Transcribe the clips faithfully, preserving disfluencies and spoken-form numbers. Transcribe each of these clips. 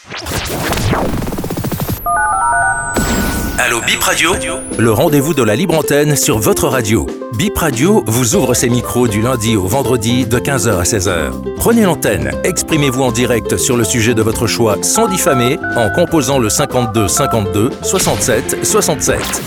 Allô Bip Radio, le rendez-vous de la libre antenne sur votre radio. Bip Radio vous ouvre ses micros du lundi au vendredi de quinze heures à seize heures. Prenez l'antenne, exprimez-vous en direct sur le sujet de votre choix sans diffamer en composant le cinquante-deux cinquante-deux soixante-sept soixante-sept.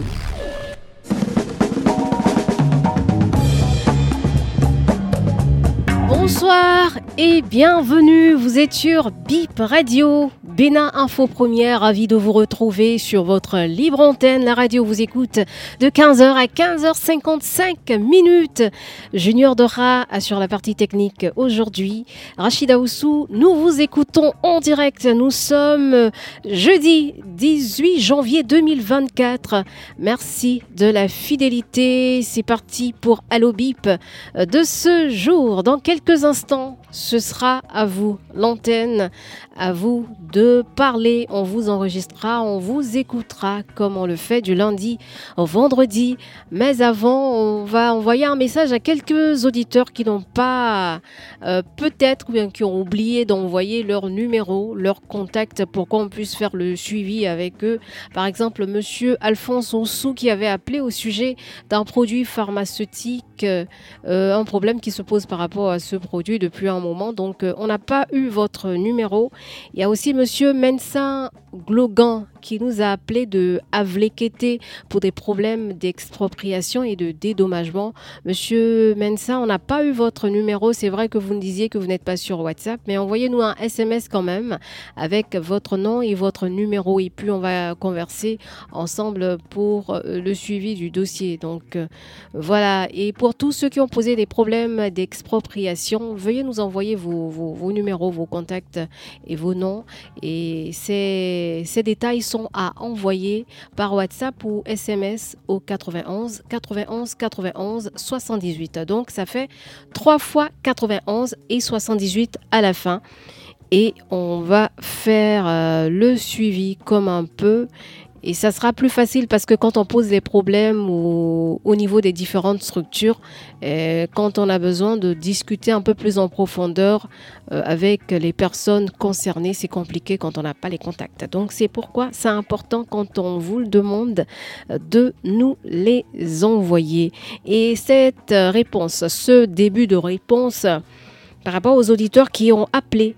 Bonsoir et bienvenue, vous êtes sur Bip Radio, Bénin Info Première, ravi de vous retrouver sur votre libre antenne. La radio vous écoute de quinze heures à quinze heures cinquante-cinq minutes. Junior Dora assure la partie technique aujourd'hui. Rachida Oussou, nous vous écoutons en direct. Nous sommes jeudi dix-huit janvier deux mille vingt-quatre. Merci de la fidélité. C'est parti pour Allo Bip de ce jour. Dans quelques instants, ce sera à vous l'antenne, à vous de parler. On vous enregistrera, on vous écoutera comme on le fait du lundi au vendredi. Mais avant, on va envoyer un message à quelques auditeurs qui n'ont pas, euh, peut-être, ou bien qui ont oublié d'envoyer leur numéro, leur contact pour qu'on puisse faire le suivi avec eux. Par exemple, monsieur Alphonse Oussou qui avait appelé au sujet d'un produit pharmaceutique, euh, un problème qui se pose par rapport à ce produit depuis un moment. Donc, euh, on n'a pas eu votre numéro. Il y a aussi monsieur Mensa Glogan qui nous a appelé de Avlekete pour des problèmes d'expropriation et de dédommagement. Monsieur Mensa, on n'a pas eu votre numéro. C'est vrai que vous nous disiez que vous n'êtes pas sur WhatsApp, mais envoyez-nous un S M S quand même avec votre nom et votre numéro. Et puis, on va converser ensemble pour le suivi du dossier. Donc, euh, voilà. Et pour tous ceux qui ont posé des problèmes d'expropriation, veuillez nous envoyer vos, vos, vos numéros, vos contacts et vos noms. Et ces, ces détails sont à envoyer par WhatsApp ou S M S au quatre-vingt-onze quatre-vingt-onze quatre-vingt-onze soixante-dix-huit. Donc, ça fait trois fois quatre-vingt-onze et soixante-dix-huit à la fin. Et on va faire euh, le suivi comme un peu. Et ça sera plus facile parce que quand on pose des problèmes au, au niveau des différentes structures, et quand on a besoin de discuter un peu plus en profondeur euh, avec les personnes concernées, c'est compliqué quand on n'a pas les contacts. Donc c'est pourquoi c'est important quand on vous le demande de nous les envoyer. Et cette réponse, ce début de réponse par rapport aux auditeurs qui ont appelé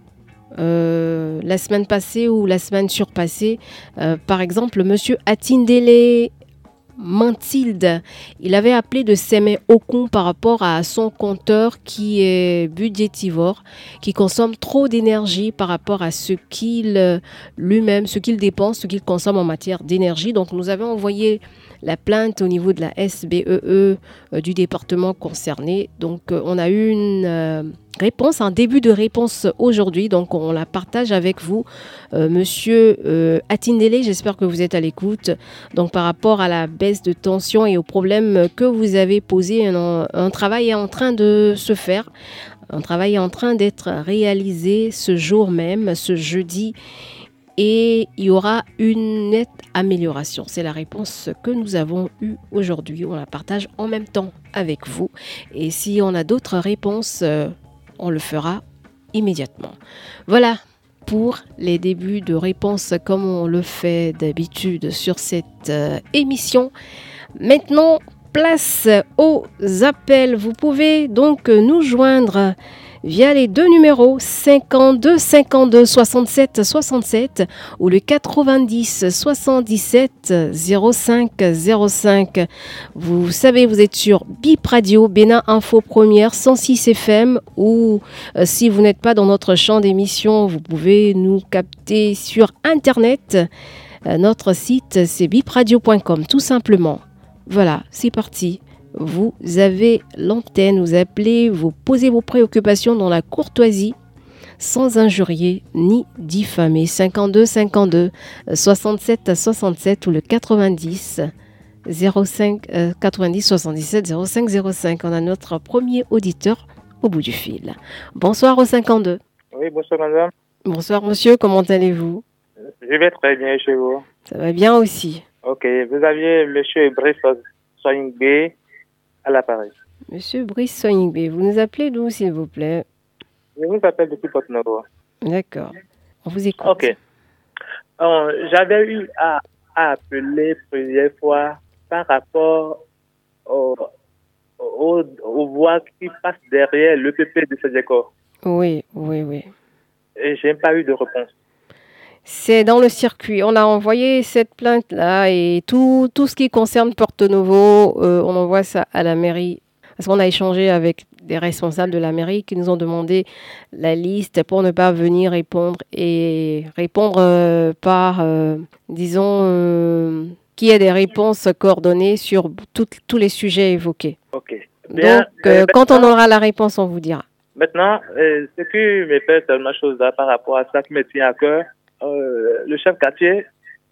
Euh, la semaine passée ou la semaine surpassée, euh, par exemple, monsieur Atindele Mantilde, il avait appelé de Sémé Okun par rapport à son compteur qui est budgétivore, qui consomme trop d'énergie par rapport à ce qu'il euh, lui-même, ce qu'il dépense, ce qu'il consomme en matière d'énergie. Donc nous avons envoyé la plainte au niveau de la S B E E euh, du département concerné. Donc euh, on a eu une euh, réponse, un début de réponse aujourd'hui. Donc on la partage avec vous, euh, monsieur euh, Atindele. J'espère que vous êtes à l'écoute. Donc par rapport à la baisse de tension et aux problèmes que vous avez posés, un, un travail est en train de se faire. Un travail est en train d'être réalisé ce jour même, ce jeudi. Et il y aura une nette amélioration. C'est la réponse que nous avons eue aujourd'hui. On la partage en même temps avec vous. Et si on a d'autres réponses, euh, on le fera immédiatement. Voilà pour les débuts de réponses comme on le fait d'habitude sur cette euh, émission. Maintenant, place aux appels. Vous pouvez donc nous joindre via les deux numéros cinquante-deux cinquante-deux soixante-sept soixante-sept ou le quatre-vingt-dix soixante-dix-sept zéro cinq zéro cinq. Vous savez, vous êtes sur Bip Radio, Bénin Info Première, cent six F M, ou euh, si vous n'êtes pas dans notre champ d'émission, vous pouvez nous capter sur Internet. Euh, notre site, c'est bip radio point com, tout simplement. Voilà, c'est parti. Vous avez l'antenne, vous appelez, vous posez vos préoccupations dans la courtoisie, sans injurier ni diffamer. cinquante-deux cinquante-deux soixante-sept soixante-sept ou le quatre-vingt-dix zéro cinq euh, quatre-vingt-dix soixante-dix-sept zéro cinq zéro cinq. On a notre premier auditeur au bout du fil. Bonsoir au cinquante-deux. Oui, bonsoir madame. Bonsoir monsieur, comment allez-vous? Je vais très bien chez vous. Ça va bien aussi. Ok, vous aviez monsieur Brice Soyingbe à l'appareil. Monsieur Brice Soyingbe, vous nous appelez d'où s'il vous plaît? Je vous appelle depuis Porte-Novo. D'accord. On vous écoute. Ok. Euh, j'avais eu à, à appeler plusieurs fois par rapport au, au, aux voix qui passent derrière le P P de Sédéco. Oui, oui, oui. Et je n'ai pas eu de réponse. C'est dans le circuit. On a envoyé cette plainte-là et tout, tout ce qui concerne Porto Novo, euh, on envoie ça à la mairie. Parce qu'on a échangé avec des responsables de la mairie qui nous ont demandé la liste pour ne pas venir répondre et répondre euh, par, euh, disons, euh, qu'il y ait des réponses coordonnées sur tout, tous les sujets évoqués. Ok. Bien, Donc, euh, quand on aura la réponse, on vous dira. Maintenant, euh, ce qui me fait tellement chose là par rapport à ça qui me tient à cœur, euh, le chef quartier,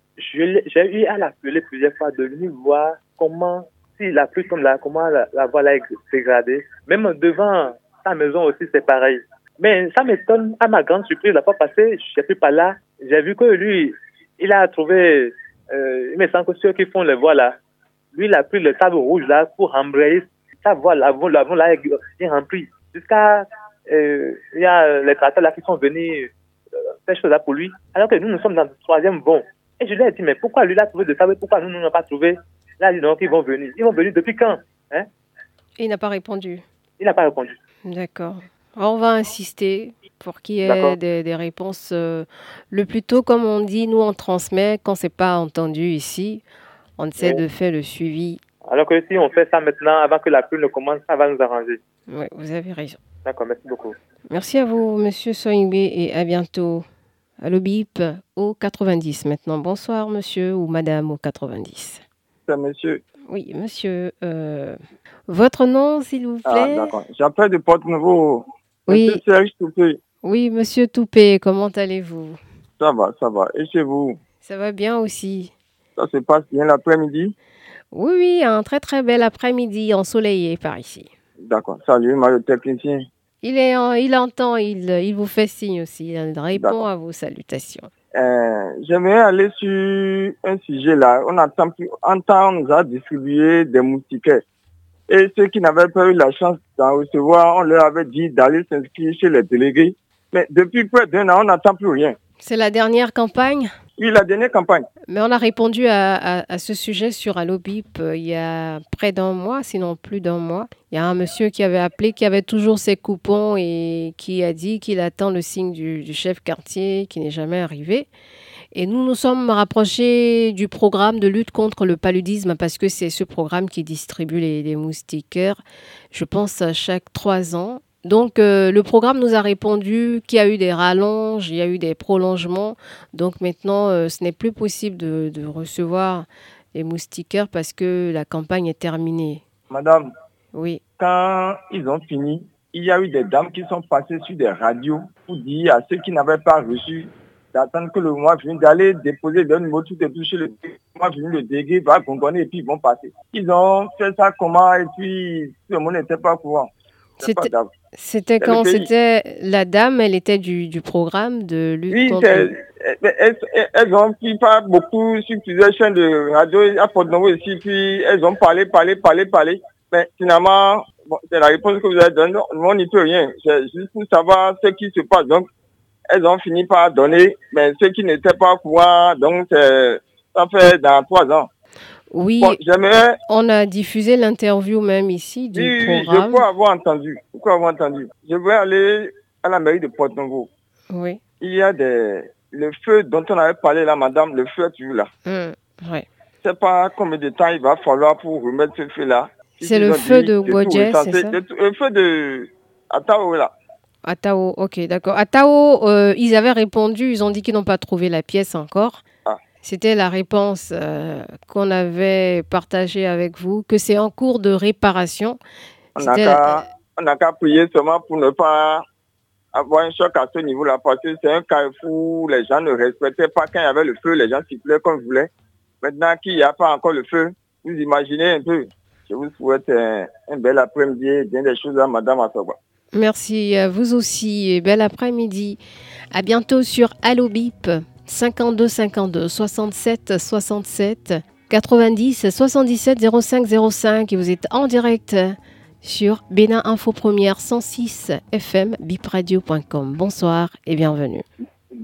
je j'ai eu à l'appeler plusieurs fois de venir voir comment, si la pluie tombe là, comment la, la voie là est dégradée. Même devant sa maison aussi, c'est pareil. Mais ça m'étonne, à ma grande surprise, la fois passée, je ne suis pas là, j'ai vu que lui, il a trouvé, euh, il me semble que ceux qui font les voies là, lui, il a pris le sable rouge là pour embrayer sa voie, la voie, la voie là est remplie. Jusqu'à, euh, il y a les tracteurs là qui sont venus euh, faire chose là pour lui, alors que nous, nous sommes dans le troisième vent. Et je lui ai dit, mais pourquoi lui, il a trouvé de sable, pourquoi nous, nous n'avons pas trouvé? Là, il dit donc, ils vont venir. Ils vont venir depuis quand, hein? Il n'a pas répondu. Il n'a pas répondu. D'accord. Alors, on va insister pour qu'il y ait des, des réponses euh, le plus tôt. Comme on dit, nous, on transmet. Quand ce n'est pas entendu ici, on essaie oui. de faire le suivi. Alors que si on fait ça maintenant, avant que la pluie ne commence, ça va nous arranger. Oui, vous avez raison. D'accord, merci beaucoup. Merci à vous, Monsieur Soingbe, et à bientôt. Allô, Bip, au quatre-vingt-dix maintenant. Bonsoir, monsieur ou madame au quatre-vingt-dix. C'est monsieur. Oui, monsieur. Euh, votre nom, s'il vous plaît? Ah, d'accord. J'appelle de Porte-Nouveau. Oui. Monsieur Serge Toupé. Oui, monsieur Toupé, comment allez-vous? Ça va, ça va. Et chez vous? Ça va bien aussi. Ça se passe bien l'après-midi? Oui, oui, un très très bel après-midi ensoleillé par ici. D'accord. Salut, le technicien. Il, est en, il entend, il, il vous fait signe aussi. Il répond à vos salutations. Euh, j'aimerais aller sur un sujet là. On attend plus, en temps, on nous a distribué des moustiquaires. Et ceux qui n'avaient pas eu la chance d'en recevoir, on leur avait dit d'aller s'inscrire chez les délégués. Mais depuis près d'un an, on n'attend plus rien. C'est la dernière campagne? Oui, la dernière campagne. Mais on a répondu à, à, à ce sujet sur Allo Bip euh, il y a près d'un mois, sinon plus d'un mois. Il y a un monsieur qui avait appelé, qui avait toujours ses coupons et qui a dit qu'il attend le signe du, du chef quartier qui n'est jamais arrivé. Et nous nous sommes rapprochés du programme de lutte contre le paludisme parce que c'est ce programme qui distribue les, les moustiquaires, je pense, à chaque trois ans. Donc, euh, le programme nous a répondu qu'il y a eu des rallonges, il y a eu des prolongements. Donc, maintenant, euh, ce n'est plus possible de, de recevoir les moustiquaires parce que la campagne est terminée. Madame, oui. Quand ils ont fini, il y a eu des dames qui sont passées sur des radios pour dire à ceux qui n'avaient pas reçu d'attendre que le mois vienne, d'aller déposer leur numéro, tout est touché, le mois venu, le délégué va gongonner et puis ils vont passer. Ils ont fait ça comment et puis tout le monde n'était pas au courant. C'était, c'était quand c'était la dame, elle était du, du programme de lutte oui, contre... elles, elles ont pris pas beaucoup sur plusieurs chaînes de radio à Porte-Nouveau ici, puis elles ont parlé, parlé, parlé, parlé. Mais finalement, bon, c'est la réponse que vous avez donnée, on n'y peut rien. C'est juste pour savoir ce qui se passe. Donc, elles ont fini par donner, mais ceux qui n'étaient pas au courant, donc c'est, ça fait dans trois ans. Oui, bon, j'aimerais... on a diffusé l'interview même ici du oui, programme. Oui, je crois avoir entendu. Je crois avoir entendu. Je vais aller à la mairie de Porte-Nouveau. Oui. Il y a des... Le feu dont on avait parlé là, madame, le feu est toujours là. Mmh, ouais. Je ne sais pas combien de temps il va falloir pour remettre ce feu-là. C'est le feu de Gwadje, c'est ça? Le feu de Atao, là. Atao, ok, d'accord. Atao, euh, ils avaient répondu, ils ont dit qu'ils n'ont pas trouvé la pièce encore. Ah. C'était la réponse euh, qu'on avait partagée avec vous, que c'est en cours de réparation. On n'a qu'à, on n'a qu'à prier seulement pour ne pas avoir un choc à ce niveau-là, parce que c'est un carrefour où les gens ne respectaient pas. Quand il y avait le feu, les gens circulaient comme ils voulaient. Maintenant qu'il n'y a pas encore le feu, vous imaginez un peu. Je vous souhaite un, un bel après-midi et bien des choses à Madame Assoba. Merci à vous aussi et bel après-midi. À bientôt sur Allo Bip cinquante-deux cinquante-deux soixante-sept soixante-sept quatre-vingt-dix soixante-dix-sept zéro cinq zéro cinq et vous êtes en direct sur Bénin Info Première cent six F M bip radio point com. Bonsoir et bienvenue.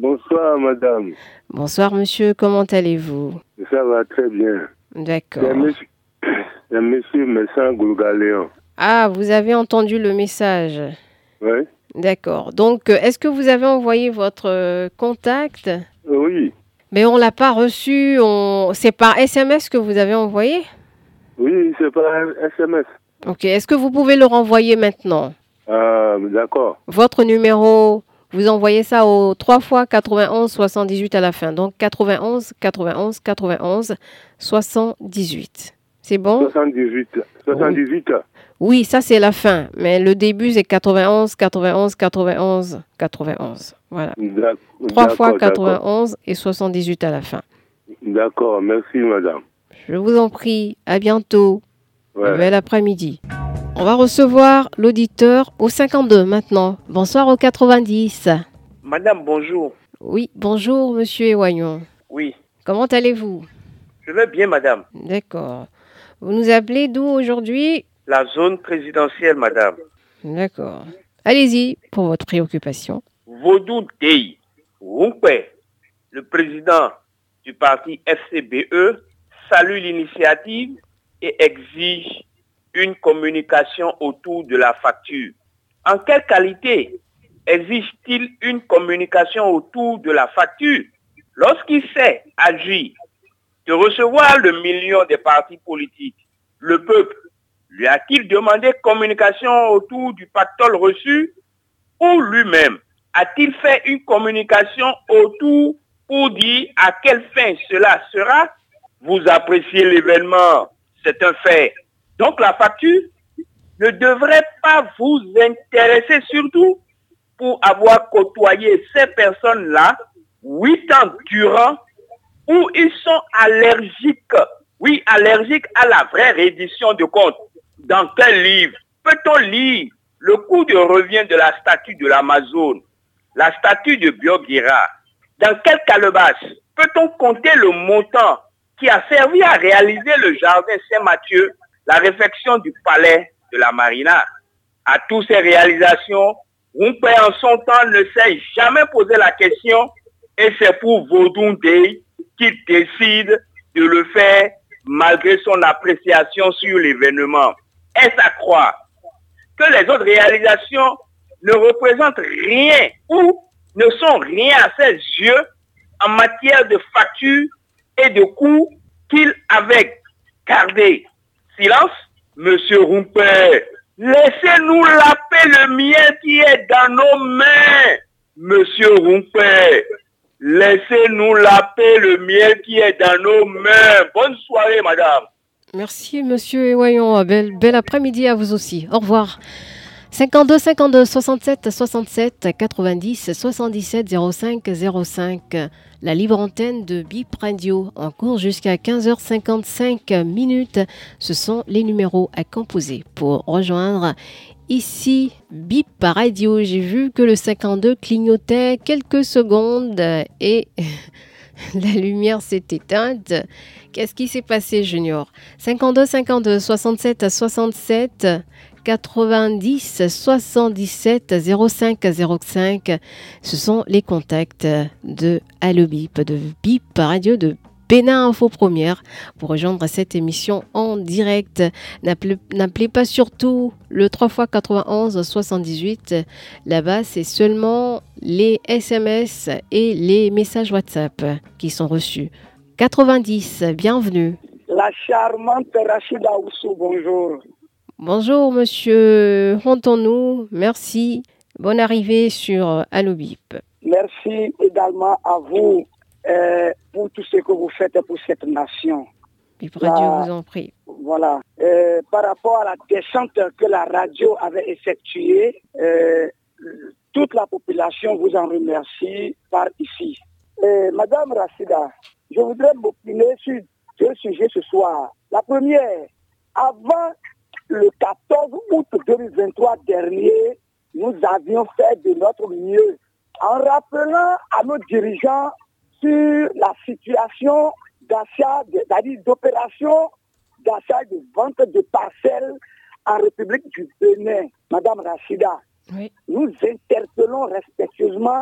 Bonsoir, madame. Bonsoir, monsieur. Comment allez-vous? Ça va très bien. D'accord. C'est monsieur, c'est monsieur Messan Goulgaléon. Ah, vous avez entendu le message? Oui. D'accord. Donc, est-ce que vous avez envoyé votre contact? Oui. Mais on ne l'a pas reçu. On... C'est par S M S que vous avez envoyé? Oui, c'est par S M S. Ok. Est-ce que vous pouvez le renvoyer maintenant? Ah, d'accord. Votre numéro, vous envoyez ça au trois fois quatre-vingt-onze soixante-dix-huit à la fin. Donc, quatre-vingt-onze, quatre-vingt-onze, quatre-vingt-onze, soixante-dix-huit. C'est bon? soixante-dix-huit. soixante-dix-huit. Oui. Oui, ça c'est la fin. Mais le début, c'est quatre-vingt-onze, quatre-vingt-onze, quatre-vingt-onze, quatre-vingt-onze. Voilà. trois fois quatre-vingt-onze et soixante-dix-huit à la fin. D'accord. Merci, madame. Je vous en prie. À bientôt. Ouais. Bel après-midi. On va recevoir l'auditeur au cinquante-deux maintenant. Bonsoir au quatre-vingt-dix. Madame, bonjour. Oui, bonjour, monsieur Ewayon. Oui. Comment allez-vous? Je vais bien, madame. D'accord. Vous nous appelez d'où aujourd'hui? La zone présidentielle, madame. D'accord. Allez-y pour votre préoccupation. Vodou Dey Rumpe, le président du parti F C B E, salue l'initiative et exige une communication autour de la facture. En quelle qualité exige-t-il une communication autour de la facture lorsqu'il sait agir de recevoir le million des partis politiques? Le peuple lui a-t-il demandé communication autour du pactole reçu ou lui-même a-t-il fait une communication autour pour dire à quelle fin cela sera? Vous appréciez l'événement, c'est un fait. Donc la facture ne devrait pas vous intéresser, surtout pour avoir côtoyé ces personnes-là huit ans durant, où ils sont allergiques, oui, allergiques à la vraie reddition de comptes. Dans quel livre peut-on lire le coût de revient de la statue de l'Amazone, la statue de Bioguira? Dans quelle calebasse peut-on compter le montant qui a servi à réaliser le jardin Saint-Mathieu, la réfection du palais de la Marina? À toutes ces réalisations, Rumpe en son temps ne s'est jamais posé la question, et c'est pour Vodou Dey qu'il décide de le faire malgré son appréciation sur l'événement. Est-ce à croire que les autres réalisations ne représentent rien ou ne sont rien à ses yeux en matière de factures et de coûts qu'il avait gardé? Silence, monsieur Rumpe. Laissez-nous laper le mien qui est dans nos mains, monsieur Rumpe. Laissez-nous laper le mien qui est dans nos mains. Bonne soirée, madame. Merci, monsieur Ewayon. Bel, bel après-midi à vous aussi. Au revoir. cinquante-deux cinquante-deux soixante-sept soixante-sept quatre-vingt-dix soixante-dix-sept zéro cinq zéro cinq. La libre antenne de Bip Radio en cours jusqu'à quinze heures cinquante-cinq minutes. Ce sont les numéros à composer pour rejoindre ici Bip Radio. J'ai vu que le cinquante-deux clignotait quelques secondes et la lumière s'est éteinte. Qu'est-ce qui s'est passé, Junior? cinquante-deux cinquante-deux soixante-sept soixante-sept quatre-vingt-dix soixante-dix-sept zéro cinq zéro cinq. Ce sont les contacts de Allo Bip, de Bip Radio, de Bénin Info Première pour rejoindre cette émission en direct. N'appelez, n'appelez pas surtout le trois fois quatre-vingt-onze soixante-dix-huit. Là-bas, c'est seulement les S M S et les messages WhatsApp qui sont reçus. quatre-vingt-dix, bienvenue. La charmante Rachida Oussou, bonjour. Bonjour monsieur Hontonou, merci. Bonne arrivée sur Allo Bip. Merci également à vous euh, pour tout ce que vous faites pour cette nation. Bip Radio la, vous en prie. Voilà. Euh, par rapport à la descente que la radio avait effectuée, euh, toute la population vous en remercie par ici. Euh, Madame Rachida, je voudrais m'opiner sur deux sujets ce soir. La première, avant le quatorze août deux mille vingt-trois dernier, nous avions fait de notre mieux en rappelant à nos dirigeants sur la situation d'achat, c'est-à-dire d'opération d'achat et de vente de parcelles en République du Bénin. Madame Rachida, oui. Nous interpellons respectueusement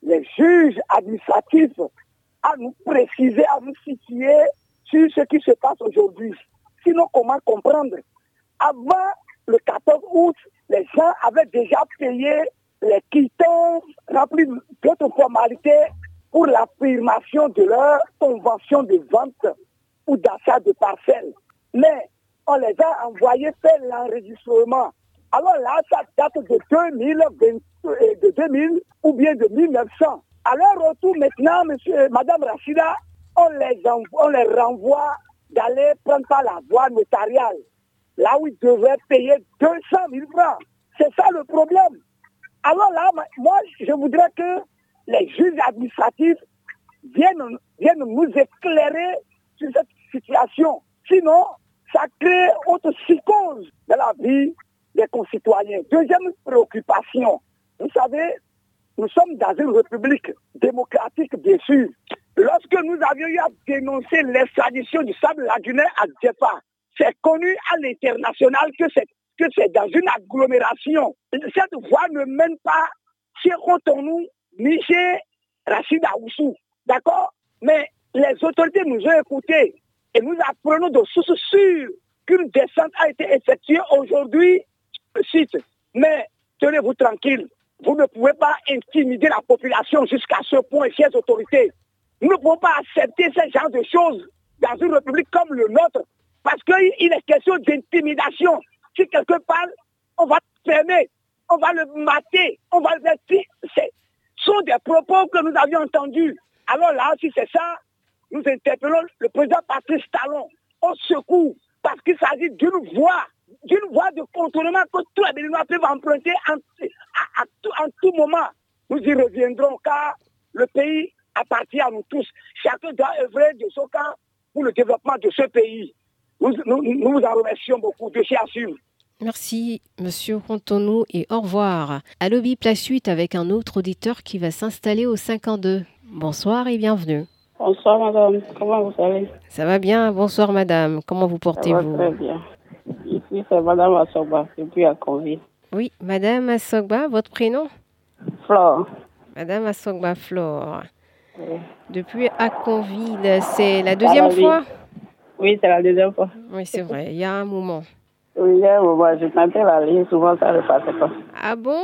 les juges administratifs à nous préciser, à nous situer sur ce qui se passe aujourd'hui. Sinon, comment comprendre? Avant le quatorze août, les gens avaient déjà payé les quittances, rempli d'autres formalités pour l'affirmation de leur convention de vente ou d'achat de parcelles. Mais on les a envoyés faire l'enregistrement. Alors là, ça date de deux mille vingt, de deux mille ou bien de mille neuf cents. À leur retour maintenant, monsieur, madame Rachida, on les, envoie, on les renvoie d'aller prendre par la voie notariale, là où ils devaient payer deux cent mille francs. C'est ça le problème. Alors là, moi, je voudrais que les juges administratifs viennent, viennent nous éclairer sur cette situation. Sinon, ça crée autre psychose dans la vie des concitoyens. Deuxième préoccupation, vous savez, nous sommes dans une république démocratique, bien sûr. Lorsque nous avions eu à dénoncer l'extradition du sable lagunaire à Djefa, c'est connu à l'international que c'est que c'est dans une agglomération. Cette voie ne mène pas chez Cotonou ni chez Rachida Oussou. D'accord? Mais les autorités nous ont écoutés et nous apprenons de sources sûres qu'une descente a été effectuée aujourd'hui au site. Mais tenez-vous tranquille, vous ne pouvez pas intimider la population jusqu'à ce point, chers autorités. Nous ne pouvons pas accepter ce genre de choses dans une république comme le nôtre parce qu'il est question d'intimidation. Si quelqu'un parle, on va le fermer, on va le mater, on va le faire. Ce sont des propos que nous avions entendus. Alors là, si c'est ça, nous interpellons le président Patrice Talon au secours parce qu'il s'agit d'une voie, d'une voie de contournement que tous les Béninois peuvent emprunter en, à, à tout, en tout moment. Nous y reviendrons car le pays appartient à nous tous. Chacun doit œuvrer de son camp pour le développement de ce pays. Nous, nous, nous vous en remercions beaucoup. De chez Assume. Merci, monsieur Contonou, et au revoir. Allo Bip, la suite avec un autre auditeur qui va s'installer au cinquante-deux. Bonsoir et bienvenue. Bonsoir, madame. Comment vous allez? Ça va bien. Bonsoir, madame. Comment vous portez-vous? Ça va très bien. Ici, c'est madame Assogba, depuis Akonville. Oui, madame Assogba, votre prénom? Flore. Madame Assogba Flore. Oui. Depuis Akonville, c'est la deuxième fois? Oui, c'est la deuxième fois. Oui, c'est vrai. Il y a un moment. Oui, il y a un moment. Je tentais la ligne, souvent ça ne passait pas. Ah bon?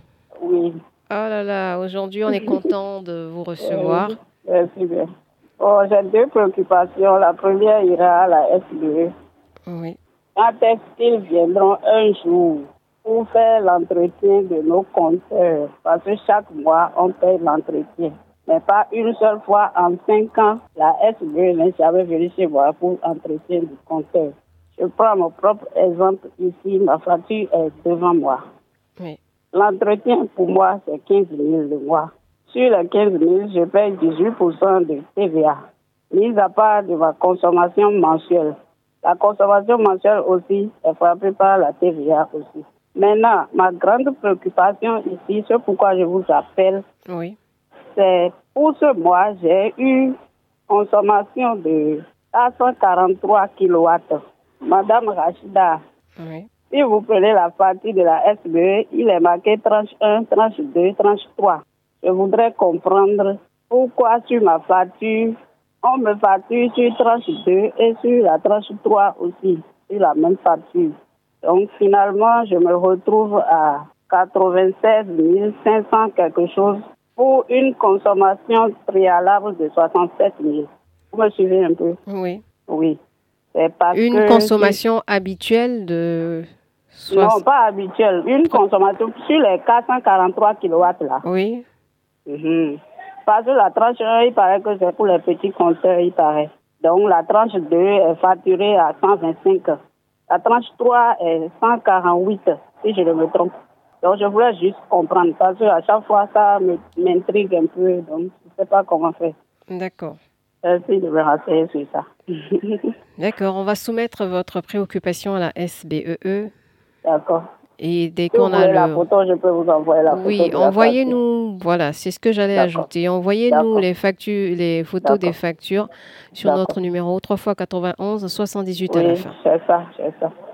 Oui. Oh là là, aujourd'hui on est content de vous recevoir. Oui, merci bien. Oh, j'ai deux préoccupations. La première ira à la S B E. Oui. Quand est-ce qu'ils viendront un jour pour faire l'entretien de nos compteurs? Parce que chaque mois, on paye l'entretien. Mais pas une seule fois en cinq ans, la S B E n'est jamais venue chez moi pour l'entretien du compteur. Je prends mon propre exemple ici, ma facture est devant moi. Oui. L'entretien pour moi, c'est quinze mille le mois. Sur les quinze mille, je paye dix-huit pour cent de T V A, mis à part de ma consommation mensuelle. La consommation mensuelle aussi est frappée par la T V A aussi. Maintenant, ma grande préoccupation ici, c'est pourquoi je vous appelle, oui. c'est pour ce mois, j'ai eu consommation de quatre cent quarante-trois kilowatts. Madame Rachida, oui. Si vous prenez la facture de la S B E, il est marqué tranche un, tranche deux, tranche trois. Je voudrais comprendre pourquoi sur ma facture, on me facture sur tranche deux et sur la tranche trois aussi, sur la même facture. Donc finalement, je me retrouve à quatre-vingt-seize mille cinq cents quelque chose pour une consommation préalable de soixante-sept mille. Vous me suivez un peu? Oui. Oui. C'est parce une que consommation si... habituelle de... Non, pas habituelle. Une consommation sur les quatre cent quarante-trois kilowatts là. Oui. Mm-hmm. Parce que la tranche un, il paraît que c'est pour les petits compteurs, il paraît. Donc la tranche deux est facturée à cent vingt-cinq. La tranche trois est cent quarante-huit, si je ne me trompe. Donc je voulais juste comprendre, parce qu'à chaque fois, ça m'intrigue un peu, donc je ne sais pas comment faire. D'accord. Merci de me renseigner sur ça. D'accord, on va soumettre votre préoccupation à la S B E E. D'accord. Et dès si qu'on vous a voulez le... la photo, je peux vous envoyer la photo. Oui, envoyez-nous, voilà, c'est ce que j'allais D'accord. ajouter. Envoyez-nous D'accord. les factures, les photos D'accord. des factures sur D'accord. notre numéro trois fois quatre-vingt-onze soixante-dix-huit oui, à la fin. c'est ça, c'est ça.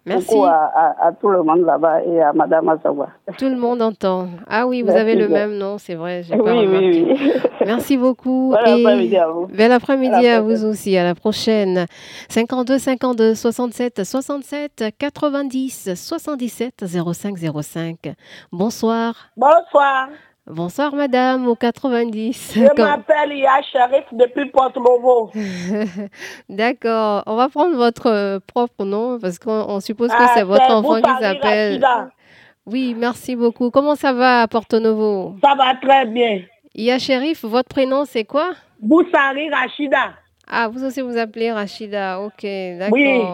Merci. Beaucoup à, à, à tout le monde là-bas et à Madame Azawa. Tout le monde entend. Ah oui, vous Merci, avez le bien. même nom, c'est vrai, j'ai Oui, pas remarqué. oui, oui. Merci beaucoup. Bon et après-midi à vous. Bel après-midi À la à vous prochaine. aussi. À la prochaine. cinquante-deux cinquante-deux soixante-sept soixante-sept quatre-vingt-dix soixante-dix-sept zéro cinq zéro cinq. Bonsoir. Bonsoir. Bonsoir madame au quatre-vingt-dix. Je m'appelle Ia Sharif depuis Porto-Novo. D'accord. On va prendre votre euh, propre nom parce qu'on on suppose que Ah, c'est votre c'est enfant qui Boussari s'appelle. Rachida. Oui, merci beaucoup. Comment ça va à Porto Novo? Ça va très bien. Ia Sherif, votre prénom c'est quoi? Boussari Rachida. Ah, vous aussi vous appelez Rachida. Ok, d'accord. Oui.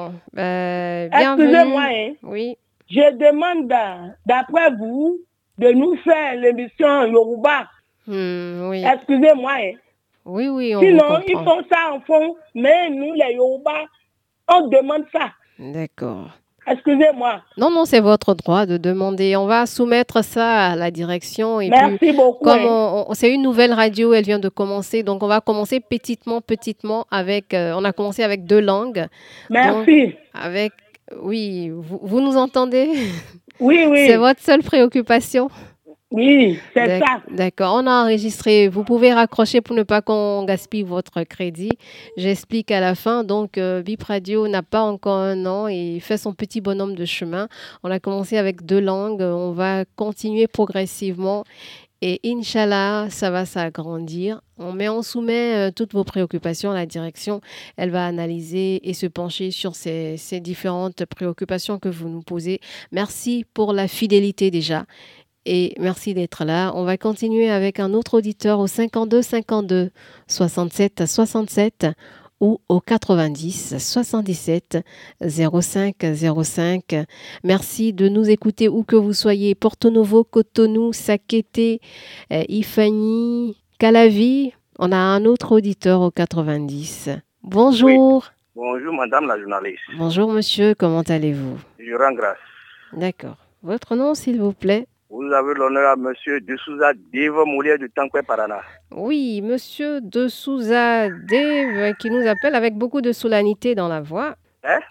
Euh, bienvenue. Excusez-moi, hein. Oui. Je demande, d'après vous, de nous faire l'émission Yoruba. Hmm, oui. Excusez-moi. Hein. Oui, oui, on Sinon, vous ils comprend. font ça en fond, mais nous, les Yoruba, on demande ça. D'accord. Excusez-moi. Non, non, c'est votre droit de demander. On va soumettre ça à la direction. Et Merci puis, beaucoup. Comme hein. on, on- c'est une nouvelle radio, elle vient de commencer. Donc, on va commencer petitement, petitement avec... euh, on a commencé avec deux langues. Merci. Donc, avec... Oui, vous, vous nous entendez? Oui, oui. C'est votre seule préoccupation? Oui, c'est D'ac- ça. D'accord, on a enregistré. Vous pouvez raccrocher pour ne pas qu'on gaspille votre crédit. J'explique à la fin. Donc, euh, Bip Radio n'a pas encore un an et il fait son petit bonhomme de chemin. On a commencé avec deux langues. On va continuer progressivement et Inch'Allah, ça va s'agrandir. On met, on soumet euh, toutes vos préoccupations à la direction. Elle va analyser et se pencher sur ces, ces différentes préoccupations que vous nous posez. Merci pour la fidélité déjà. Et merci d'être là. On va continuer avec un autre auditeur au cinquante-deux cinquante-deux soixante-sept soixante-sept ou au quatre-vingt-dix soixante-dix-sept zéro cinq zéro cinq. Merci de nous écouter où que vous soyez. Porto Novo, Cotonou, Sakété, euh, Ifani, Calavi. On a un autre auditeur au quatre-vingt-dix. Bonjour. Oui. Bonjour madame la journaliste. Bonjour monsieur, comment allez-vous? Je rends grâce. D'accord. Votre nom s'il vous plaît? Vous avez l'honneur à monsieur De Souza Deva Moulier de Tankwe Parana. Oui, monsieur De Souza Dave qui nous appelle avec beaucoup de solennité dans la voix. Hein?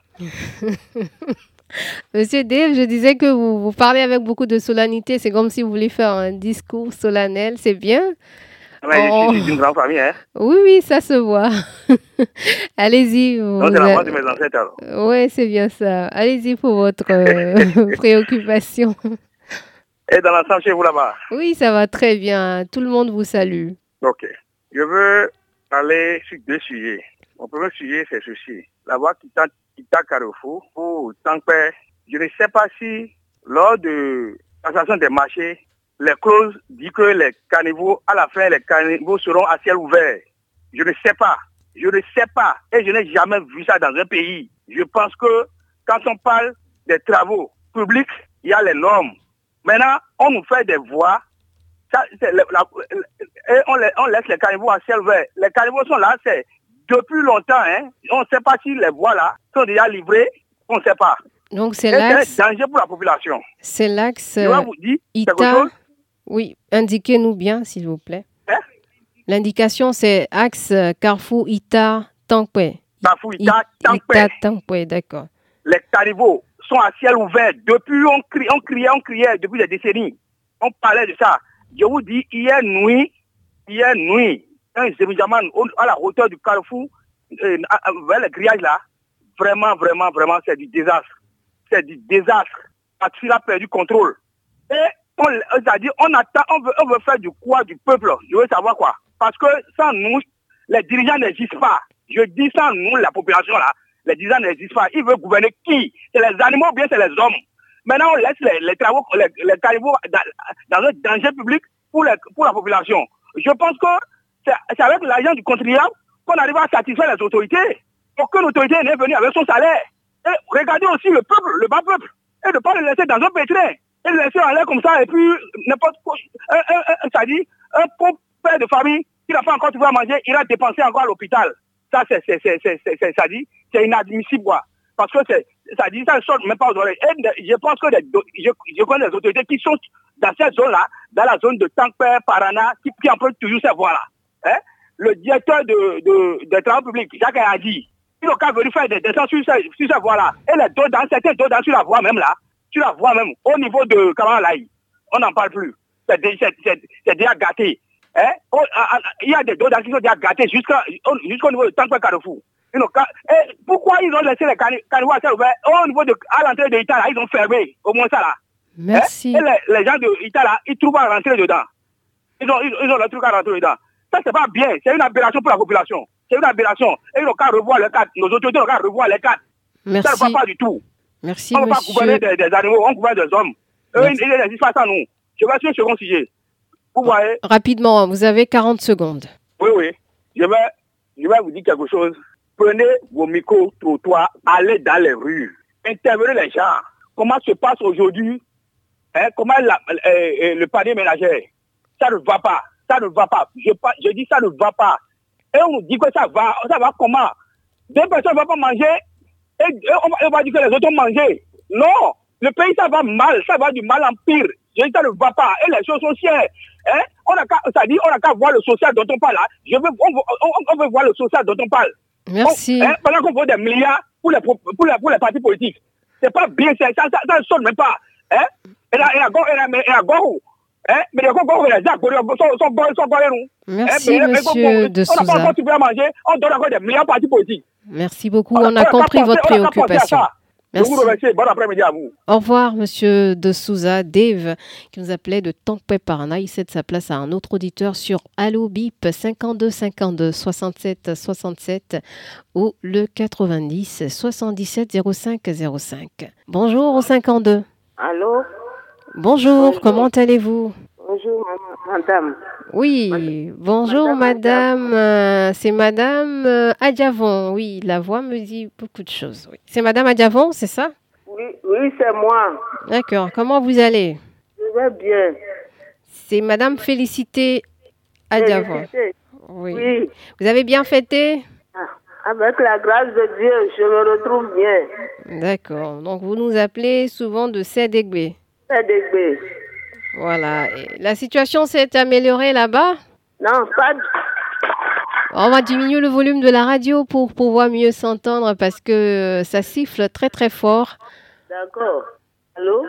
Monsieur Dave, je disais que vous, vous parlez avec beaucoup de solennité. C'est comme si vous vouliez faire un discours solennel. C'est bien? Mais Oh. je suis d'une grande famille, hein? Oui, oui, ça se voit. Allez-y. vous Donc c'est la a- voix de mes ancêtres alors. Ouais, c'est bien ça. Allez-y pour votre euh, préoccupation. Et dans l'ensemble chez vous là-bas? Oui, ça va très bien. Tout le monde vous salue. Ok. Je veux parler sur deux sujets. Mon premier sujet, c'est ceci. La voie qui tente Kita Carrefour pour Tankwe. Je ne sais pas si, lors de la passation des marchés, les clauses disent que les caniveaux, à la fin, les caniveaux seront à ciel ouvert. Je ne sais pas. Je ne sais pas. Et je n'ai jamais vu ça dans un pays. Je pense que quand on parle des travaux publics, il y a les normes. Maintenant, on nous fait des voies. Ça, c'est la- la- et on, les- on laisse les caniveaux à ciel ouvert. Les caniveaux sont là, c'est depuis longtemps. Hein. On ne sait pas si les voies là sont déjà livrées. On ne sait pas. Donc, c'est Et c'est l'axe, un danger pour la population. c'est l'axe Je vais euh, vous dire quelque Ita. chose. Oui, indiquez-nous bien, s'il vous plaît. Hein? L'indication, c'est axe euh, Carrefour Ita Tankwe. Bafou, I- Ita, Tankwe. Ita Tankwe, d'accord. Les caniveaux sont à ciel ouvert. Depuis, on, crie, on criait, on criait depuis des décennies. On parlait de ça. Je vous dis, hier nuit, hier nuit, un Zemijaman à la hauteur du carrefour, euh, vers le grillage là, vraiment, vraiment, vraiment, c'est du désastre. C'est du désastre. Parce qu'il a perdu contrôle. Et on, c'est-à-dire, on attend, on veut, on veut faire du quoi du peuple. Je veux savoir quoi. Parce que sans nous, les dirigeants n'existent pas. Je dis sans nous, la population là, les dirigeants n'existent pas. Ils veulent gouverner qui? C'est les animaux ou bien c'est les hommes? Maintenant, on laisse les, les travaux, les, les caniveaux dans, dans un danger public pour, les, pour la population. Je pense que c'est, c'est avec l'argent du contribuable qu'on arrive à satisfaire les autorités. Aucune autorité n'est venue avec son salaire. Et regardez aussi le peuple, le bas peuple. Et de ne pas le laisser dans un pétrin. Et le laisser en l'air comme ça. Et puis, n'importe quoi. Un, un, un, ça dit, un pauvre père de famille qui n'a pas encore trouvé à manger, il a dépensé encore à l'hôpital. Ça, c'est, c'est, c'est, c'est, c'est, c'est, ça dit, c'est inadmissible, quoi. Parce que c'est, ça dit, ça ne sort même pas aux oreilles. Et je pense que les, je, je connais des autorités qui sont dans cette zone-là, dans la zone de Tankwe, Parana, qui, qui empruntent toujours ces voies-là. Hein? Le directeur de, de, des travaux publics, Jacques a dit, Ils n'ont qu'à venir faire des dessins sur cette, sur cette voie-là. Et les deux dents, c'était deux dents sur la voie même là. Sur la voie même, au niveau de Kamalaï. On n'en parle plus. C'est déjà gâté. Hein? Oh, ah, ah, il y a des deux dents qui sont déjà gâtés jusqu'à, jusqu'au niveau de Tankwe Carrefour. Ils n'ont qu'à, et pourquoi ils ont laissé les carrefours à ciel ouvert? Au niveau de, à l'entrée de Ita, là, ils ont fermé. Au moins ça là. Merci. Hein? Et les, les gens de Ita là, ils trouvent à rentrer dedans. Ils ont, ils, ils ont le truc à rentrer dedans. Ça, c'est pas bien. C'est une aberration pour la population. C'est une aberration. Et ils n'ont qu'à revoir les cadres. Nos autorités n'ont qu'à revoir les cadres. Merci. Ça ne va pas du tout. Merci, on ne va monsieur. pas gouverner des, des animaux, on gouverne des hommes. Eux, ils ne résistent pas à nous. Je vais sur un second sujet. Vous voyez? Rapidement, vous avez quarante secondes. Oui, oui. Je vais, je vais vous dire quelque chose. Prenez vos micro-trottoirs, allez dans les rues, intervenez les gens. Comment se passe aujourd'hui, hein, comment la, euh, le panier ménager? Ça ne va pas. Ça ne va pas. Je, je dis ça ne va pas. Et on nous dit que ça va. Ça va comment? Deux personnes ne vont pas manger et, et on, on va dire que les autres ont mangé. Non. Le pays, ça va mal. Ça va du mal en pire. Je dis ça ne va pas. Et les choses sont chères. Hein? On a qu'à, ça dit, on a qu'à voir le social dont on parle là. Je veux, on, on, on veut voir le social dont on parle. Merci. On, hein, pendant qu'on voit des milliards pour les, pour les, pour les partis politiques. C'est pas bien. Ça, ça, ça, ça ne sonne même pas. Hein? Et la, et la, et la, et la Gorou. Hein? Mais les Gorou, les Jacques, sont, sont, sont, sont nous. Merci, hein? mais, monsieur de Souza. On n'a pas encore tout à manger. On donne encore des milliards partis politiques. Merci beaucoup. On, on a compris votre penser, préoccupation. Merci. Je vous remercie. Bon après-midi à vous. Au revoir, monsieur de Souza. Dave, qui nous appelait de Tankwe Parana. Il cède sa place à un autre auditeur sur Allo Bip cinquante-deux cinquante-deux soixante-sept soixante-sept ou le quatre-vingt-dix soixante-dix-sept zéro cinq zéro cinq. Bonjour au cinquante-deux. Allô? Bonjour, Bonjour. Comment allez-vous? Bonjour, madame. Oui, madame. bonjour, madame. madame. Euh, c'est madame euh, Adjavon. Oui, la voix me dit beaucoup de choses. Oui. C'est madame Adjavon, c'est ça? Oui, oui, c'est moi. D'accord. Comment vous allez? Je vais bien. C'est madame Félicité Adjavon. Félicité. Oui. oui. Vous avez bien fêté? ah, Avec la grâce de Dieu, je me retrouve bien. D'accord. Donc, vous nous appelez souvent de Sédégbé. Sédégbé. Voilà. Et la situation s'est améliorée là-bas? Non, pas du... On va diminuer le volume de la radio pour pouvoir mieux s'entendre parce que ça siffle très très fort. D'accord. Allô?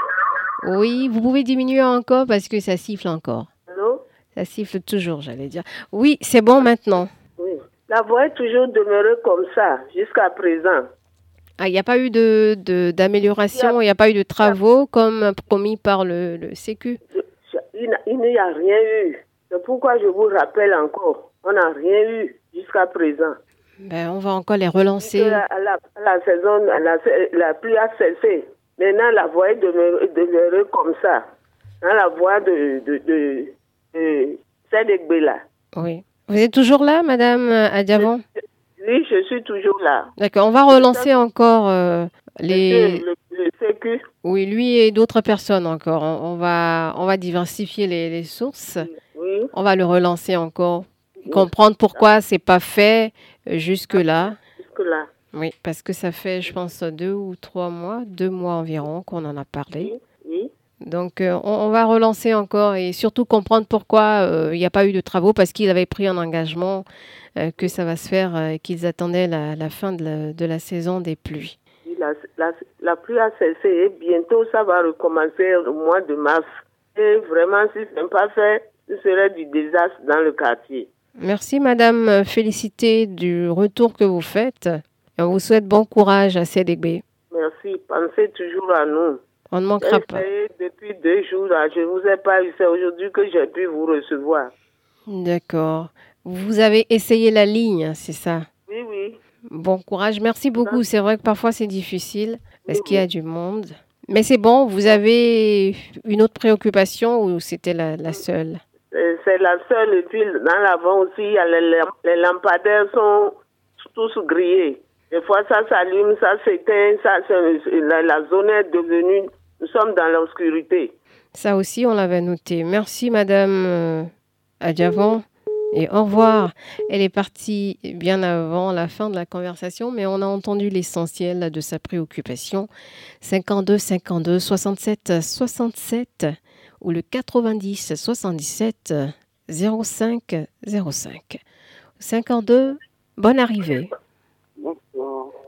Oui, vous pouvez diminuer encore parce que ça siffle encore. Allô? Ça siffle toujours, j'allais dire. Oui, c'est bon maintenant. Oui. La voix est toujours demeurée comme ça jusqu'à présent. Ah, il n'y a pas eu de, de, d'amélioration, il n'y a... a pas eu de travaux comme promis par le, le Sécu? Il, il n'y a rien eu. C'est pourquoi je vous rappelle encore. On n'a rien eu jusqu'à présent. Ben, on va encore les relancer. La, la, la saison, la, la pluie a cessé. Maintenant, la voie est demeurée, demeurée comme ça. Dans la voie de, de, de, de Sédégbé là. Oui. Vous êtes toujours là, madame Adjavon? Oui, je suis toujours là. D'accord, on va relancer encore euh, les... Le, le, le Sécu. Oui, lui et d'autres personnes encore. On, on, va, on va diversifier les, les sources. Oui. On va le relancer encore. Oui. Comprendre pourquoi c'est pas fait jusque-là. Jusque-là. Oui, parce que ça fait, je pense, deux ou trois mois, deux mois environ qu'on en a parlé. Oui. Oui. Donc, euh, on, on va relancer encore et surtout comprendre pourquoi il n'y a pas eu de travaux, parce qu'il avait pris un engagement euh, que ça va se faire et euh, qu'ils attendaient la, la fin de la, de la saison des pluies. La, la, la pluie a cessé et bientôt ça va recommencer au mois de mars. Et vraiment, si ce n'est pas fait, ce serait du désastre dans le quartier. Merci, madame Félicité, du retour que vous faites. Et on vous souhaite bon courage à Sédégbé. Merci. Pensez toujours à nous. On ne manquera pas. Depuis deux jours, là, je ne vous ai pas eu. C'est aujourd'hui que j'ai pu vous recevoir. D'accord. Vous avez essayé la ligne, c'est ça? Oui, oui. Bon courage. Merci beaucoup. C'est vrai que parfois c'est difficile parce oui, qu'il y a du monde. Mais c'est bon, vous avez une autre préoccupation ou c'était la, la seule? C'est la seule. Et puis, dans l'avant aussi, il y a les, les lampadaires sont tous grillés. Des fois, ça s'allume, ça s'éteint. Ça, la, la zone est devenue... Nous sommes dans l'obscurité. Ça aussi, on l'avait noté. Merci, madame euh, Adjavon. Et au revoir. Elle est partie bien avant la fin de la conversation, mais on a entendu l'essentiel de sa préoccupation. cinquante-deux cinquante-deux soixante-sept soixante-sept ou le quatre-vingt-dix soixante-dix-sept zéro cinq zéro cinq. cinquante-deux, bonne arrivée.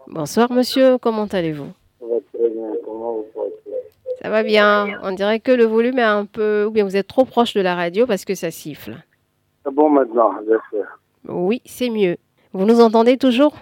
Bonsoir monsieur, comment allez-vous? Ça va très bien, comment vous portez? Ça va bien, on dirait que le volume est un peu... Ou bien vous êtes trop proche de la radio parce que ça siffle. C'est bon maintenant, j'espère. Oui, c'est mieux. Vous nous entendez toujours?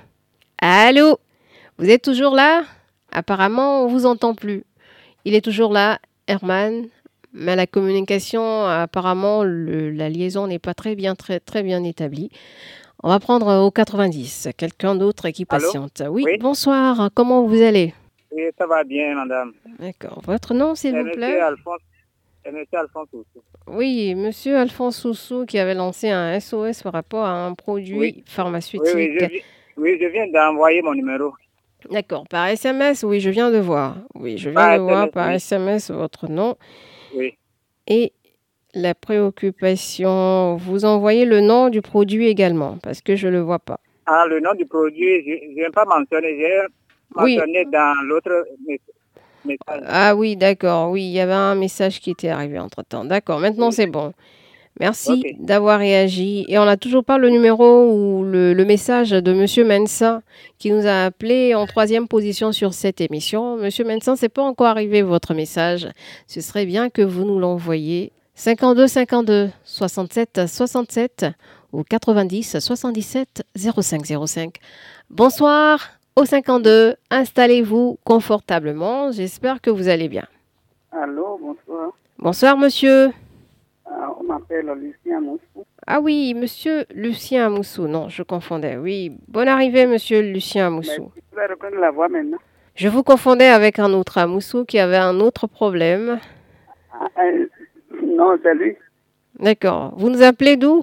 Allô? Vous êtes toujours là? Apparemment, on ne vous entend plus. Il est toujours là, Herman, mais la communication, apparemment, le, la liaison n'est pas très bien, très, très bien établie. On va prendre au quatre-vingt-dix, quelqu'un d'autre qui patiente. Oui, oui, bonsoir, comment vous allez? Oui, ça va bien, madame. D'accord. Votre nom, s'il vous plaît? Monsieur Alphonse, monsieur Alphonse Oussou. Oui, monsieur Alphonse Oussou qui avait lancé un S O S par rapport à un produit oui. pharmaceutique. Oui, oui, je, oui, je viens d'envoyer mon numéro. D'accord, par S M S, oui, je viens de voir. Oui, je viens par de S M S, voir par oui. S M S votre nom. Oui. Et la préoccupation, vous envoyez le nom du produit également, parce que je ne le vois pas. Ah, le nom du produit, je n'ai pas mentionné, j'ai mentionné oui. dans l'autre message. Ah oui, d'accord, oui, il y avait un message qui était arrivé entre-temps. D'accord, maintenant oui. c'est bon. Merci okay. d'avoir réagi. Et on n'a toujours pas le numéro ou le, le message de M. Mensa qui nous a appelé en troisième position sur cette émission. M. Mensa, ce n'est pas encore arrivé votre message. Ce serait bien que vous nous l'envoyiez. cinquante-deux cinquante-deux soixante-sept soixante-sept ou quatre-vingt-dix soixante-dix-sept zéro cinq zéro cinq. Bonsoir au cinquante-deux. Installez-vous confortablement. J'espère que vous allez bien. Allô, bonsoir. Bonsoir, monsieur. Ah, on m'appelle Lucien Moussou. Ah oui, monsieur Lucien Moussou. Non, je confondais. Oui, bonne arrivée, monsieur Lucien Moussou. Vous pouvez reconnaître la voix maintenant. Je vous confondais avec un autre Moussou qui avait un autre problème. Ah, euh, non, c'est lui. D'accord. Vous nous appelez d'où?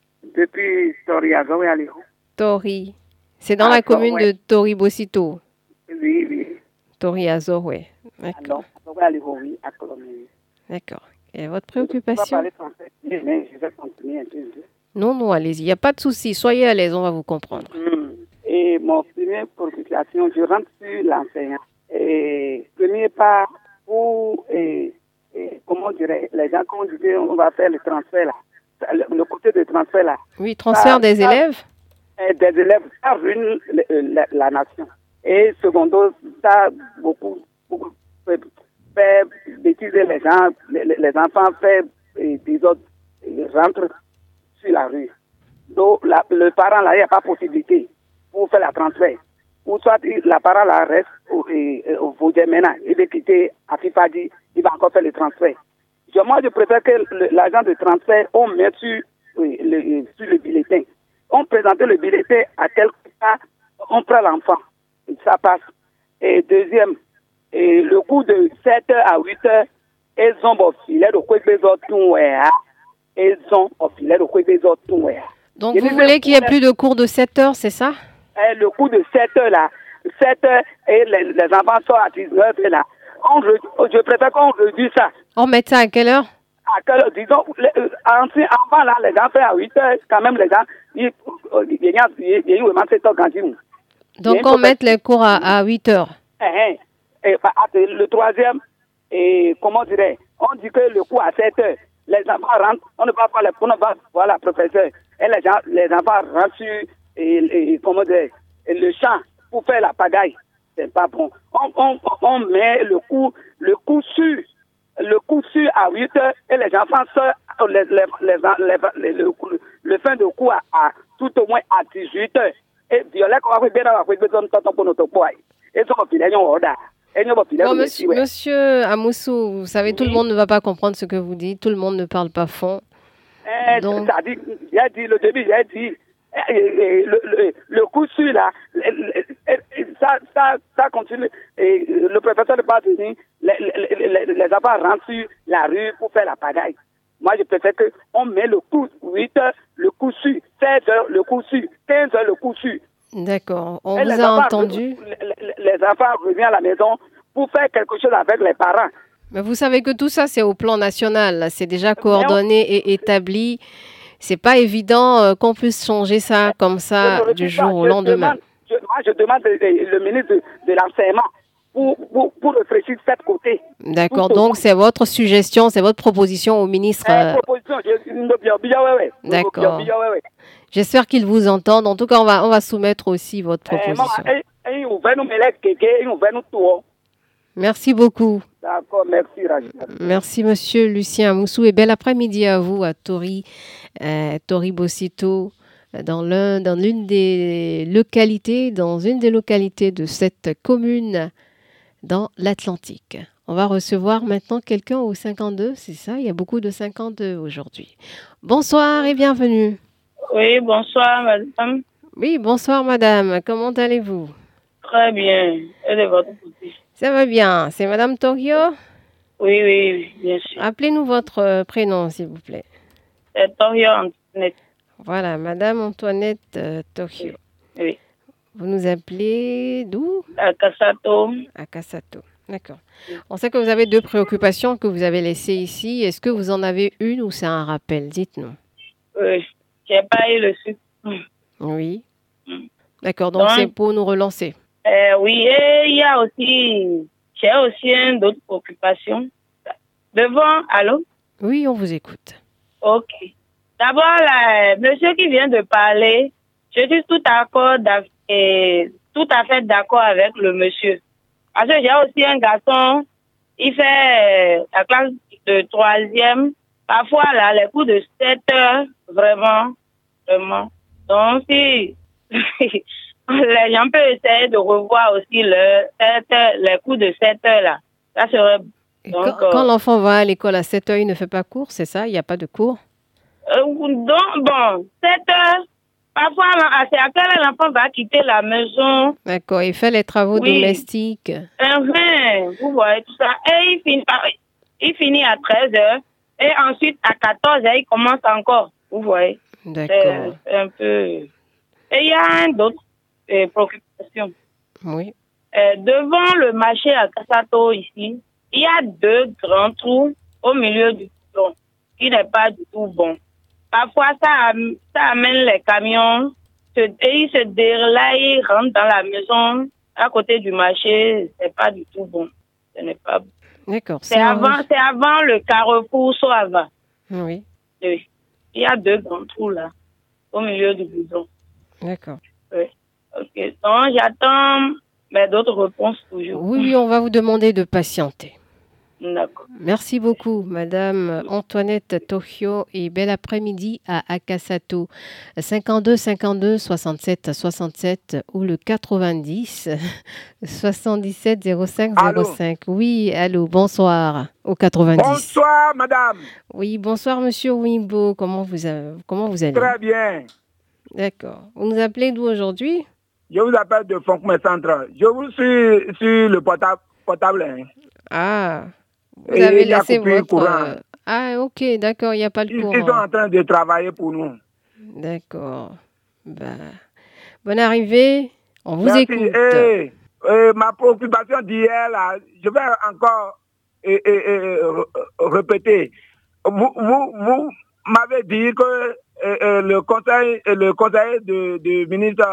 Depuis Tori, à Zoé. Tori. C'est dans ah, la commune ouais. de Tori Bosito. Oui, oui. Tori Azorwe. D'accord. D'accord. Et votre préoccupation? Je ne vais pas parler français, mais je vais continuer un peu. Non, non, allez-y. Il n'y a pas de souci. Soyez à l'aise, on va vous comprendre. Mmh. Et mon première préoccupation, je rentre sur l'enseignant. Et premier pas où, et, et, comment dirais les gens, quand on dit on va faire le transfert là, le, le côté de transfert là. Oui, transfert ça, des ça, élèves? Des élèves, ça ruine la, la nation. Et secondo, ça beaucoup, beaucoup fait, fait bêtiser les gens, les, les enfants fait des autres, rentrent sur la rue. Donc, la, le parent là, il n'y a pas possibilité pour faire la transfert. Ou soit la parent là reste au Vaudien maintenant, il va quitter à Fifadi, il va encore faire le transfert. Je, moi, je préfère que l'agent de transfert, on met sur, oui, le, sur le bulletin. On présente le bulletin à quelque part, on prend l'enfant. Ça passe. Et deuxième, et le coup de sept heures à huit heures, ils ont au filet de quoi ils ont tout. Ils ont au filet de quoi ils ont tout. Donc, vous voulez qu'il n'y ait plus de cours de sept heures, c'est ça? Le coup de sept heures là, sept heures et les, les enfants sont à dix-neuf heures là. On, je préfère qu'on réduise ça. On met ça à quelle heure? À quelle heure? Disons, les, avant là, les enfants à huit heures, quand même les gens, ils viennent vraiment sept heures quand ils. Donc on met les cours à, à huit heures. Et, et, et, le troisième, et comment dirais on dit que le cours à sept heures, les enfants rentrent, on ne va pas, on ne va voir la professeure. Et les, gens, les enfants rentrent sur et, et, comment dire, et le champ pour faire la pagaille. C'est pas bon. On, on, on met le coup, le coup sur, le coup sur à huit heures et les enfants sortent les, les, les, les, les, le, le fin de cours à, à tout au moins à dix-huit heures. Et violet qu'on va faire dans la et Bon, monsieur, monsieur Amoussou, vous savez, tout le monde ne va pas comprendre ce que vous dites, tout le monde ne parle pas fond. Eh, Donc... ça dit, j'ai dit, le début, j'ai dit, le, le, le coup sur là, ça, ça, ça continue. Et le professeur de Bastini, les, les, les, les enfants rentrent sur la rue pour faire la pagaille. Moi, je préfère qu'on met le coup huit heures, le coup sur, seize heures, le coup sur, quinze heures, le coup sur. D'accord, on et vous a entendu. Les, les enfants reviennent à la maison pour faire quelque chose avec les parents. Mais vous savez que tout ça, c'est au plan national. C'est déjà coordonné et établi. C'est pas évident euh, qu'on puisse changer ça comme ça du jour pas. au lendemain. Je demande, je, moi, je demande le ministre de, de l'enseignement pour, pour, pour réfléchir de cette côté. D'accord, donc c'est votre suggestion, c'est votre proposition au ministre. Euh, proposition, je, D'accord. J'espère qu'ils vous entendent. En tout cas, on va, on va soumettre aussi votre proposition. Merci beaucoup. D'accord, merci Rachida. Merci Monsieur Lucien Moussou et bel après-midi à vous à Tori, euh, Tori Bossito, dans l'un, dans l'une des localités, dans une des localités de cette commune dans l'Atlantique. On va recevoir maintenant quelqu'un au cinquante-deux, c'est ça? Il y a beaucoup de cinquante-deux aujourd'hui. Bonsoir et bienvenue. Oui, bonsoir madame. Oui, bonsoir madame. Comment allez-vous? Très bien. Et de votre côté? Ça va bien. C'est madame Torio? Oui, oui, oui, bien sûr. Appelez-nous votre prénom, s'il vous plaît. C'est Torio Antoinette. Voilà, madame Antoinette euh, Torio. Oui. oui. Vous nous appelez d'où? À Kassato. À Kassato, d'accord. Oui. On sait que vous avez deux préoccupations que vous avez laissées ici. Est-ce que vous en avez une ou c'est un rappel? Dites-nous. Oui, j'ai pas eu le sucre. Oui. Mm. D'accord, donc, donc c'est pour nous relancer. Euh, oui, et il y a aussi, j'ai aussi une autre préoccupation. Devant, allô? Oui, on vous écoute. Ok. D'abord, là, monsieur qui vient de parler, je suis tout d'accord, et tout à fait d'accord avec le monsieur. Parce que j'ai aussi un garçon, il fait la classe de troisième. Parfois, là, les coups de sept heures, vraiment, vraiment. Donc, si les gens peuvent essayer de revoir aussi le, les coups de sept heures, là. Ça serait... Donc, quand, euh, quand l'enfant va à l'école à sept heures, il ne fait pas cours, c'est ça? Il n'y a pas de cours? Euh, donc, bon, sept heures, parfois, c'est à quelle heure l'enfant va quitter la maison. D'accord, il fait les travaux oui. domestiques. Enfin, vous voyez tout ça. Et il finit, il finit à treize heures. Et ensuite, à quatorze heures, il commence encore. Vous voyez. D'accord. C'est un peu... Et il y a d'autres euh, préoccupations. Oui. Euh, devant le marché à Kassato, ici, il y a deux grands trous au milieu du bouton, qui n'est pas du tout bon. Parfois, ça, ça amène les camions et ils se délayent, ils rentrent dans la maison à côté du marché. C'est pas du tout bon. Ce n'est pas bon. D'accord. C'est avant, c'est avant le carrefour Soava. Oui. oui. Il y a deux grands trous là, au milieu du bouton. D'accord. Oui. Ok. Donc, j'attends mais d'autres réponses toujours. Oui, oui, on va vous demander de patienter. D'accord. Merci beaucoup, Madame Antoinette Torio, et bel après-midi à Akasato. cinquante-deux cinquante-deux soixante-sept soixante-sept ou le quatre-vingt-dix soixante-dix-sept zéro cinq zéro cinq. Allô. Oui, allô, bonsoir au quatre-vingt-dix. Bonsoir, Madame. Oui, bonsoir, Monsieur Wimbo. Comment vous, a... Comment vous allez? Très bien. D'accord. Vous nous appelez d'où aujourd'hui? Je vous appelle de Foncmé Centre. Je vous suis sur le portable. portable hein. Ah. Vous avez Et laissé votre... courant. Ah, ok, d'accord, il n'y a pas le ils, courant. Ils sont en train de travailler pour nous. D'accord. Ben, bonne arrivée, on vous Merci. écoute. Et, et ma préoccupation d'hier, là, je vais encore et, et, et, répéter. Vous, vous, vous m'avez dit que et, et le conseil, et le conseil de, de ministre